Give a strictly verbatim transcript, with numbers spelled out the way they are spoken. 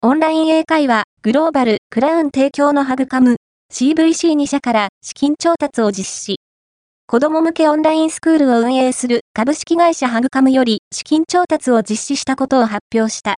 オンライン英会話、グローバル、クラウン提供のハグカム、シーブイシーに 社から資金調達を実施。子供向けオンラインスクールを運営する株式会社ハグカムより資金調達を実施したことを発表した。